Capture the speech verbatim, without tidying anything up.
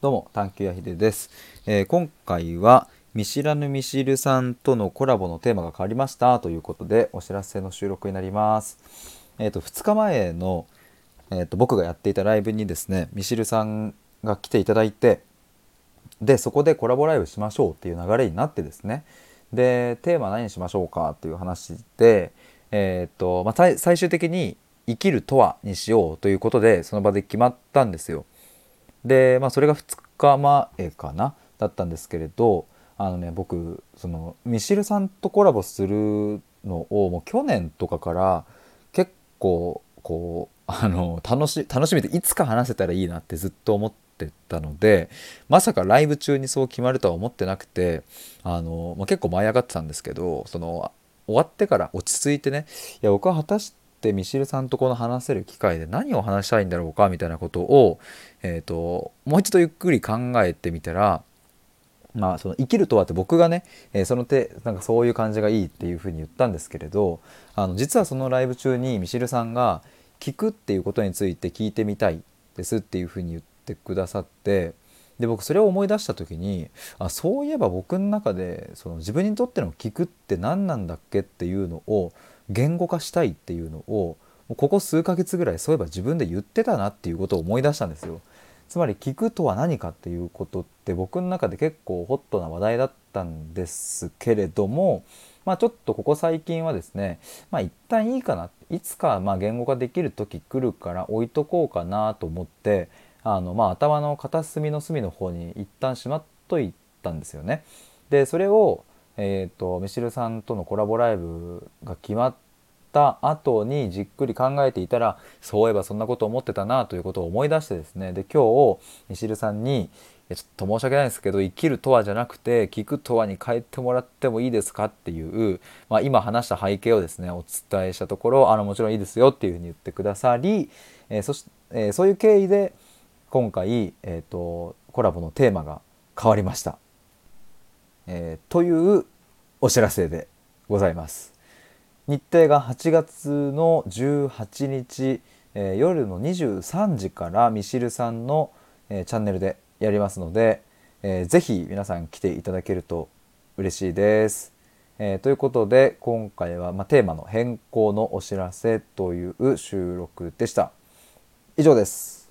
どうも探求やひでです、えー今回は見知らぬミシルさんとのコラボのテーマが変わりましたということでお知らせの収録になります。えっ、とふつかまえの、えーと僕がやっていたライブにですね、ミシルさんが来ていただいて、でそこでコラボライブしましょうっていう流れになってですね、でテーマ何にしましょうかっていう話で、えっ、とまあ、最最終的に生きるとはにしようということでその場で決まったんですよ。で、まあ、それがふつかまえかなだったんですけれど、あのね僕そのミシルさんとコラボするのをもう去年とかから結構こうあの楽し楽しみでいつか話せたらいいなってずっと思ってたので、まさかライブ中にそう決まるとは思ってなくて、あの、まあ、結構舞い上がってたんですけど、その終わってから落ち着いてね、いや僕は果たしてミシルさんとこの話せる機会で何を話したいんだろうかみたいなことを、えーと、もう一度ゆっくり考えてみたら、まあ、その生きるとはって僕がね、えーその手なんかそういう感じがいいっていうふうに言ったんですけれど、あの実はそのライブ中にミシルさんが聞くっていうことについて聞いてみたいですっていうふうに言ってくださって、で僕それを思い出した時に、あそういえば僕の中でその自分にとっての聞くって何なんだっけっていうのを言語化したいっていうのをもうここ数ヶ月ぐらいそういえば自分で言ってたなっていうことを思い出したんですよ。つまり聞くとは何かっていうことって僕の中で結構ホットな話題だったんですけれども、まあ、ちょっとここ最近はですね、まあ、一旦いいかな、いつかまあ言語化できる時来るから置いとこうかなと思って、あのまあ頭の片隅の隅の方に一旦しまっといたんですよね。でそれを、えー、とミシルさんとのコラボライブが決まった後にじっくり考えていたら、そういえばそんなこと思ってたなということを思い出してですね、で今日ミシルさんにちょっと申し訳ないんですけど、生きるとはじゃなくて聞くとはに変えてもらってもいいですかっていう、まあ、今話した背景をですねお伝えしたところ、あのもちろんいいですよっていうふうに言ってくださり、えーそしえーそういう経緯で今回、えーと、コラボのテーマが変わりました、えーというお知らせでございます。日程がはちがつのじゅうはちにち、えー夜のにじゅうさんじからミシルさんの、えーチャンネルでやりますので、えーぜひ皆さん来ていただけると嬉しいです。えーということで今回は、まあ、テーマの変更のお知らせという収録でした。以上です。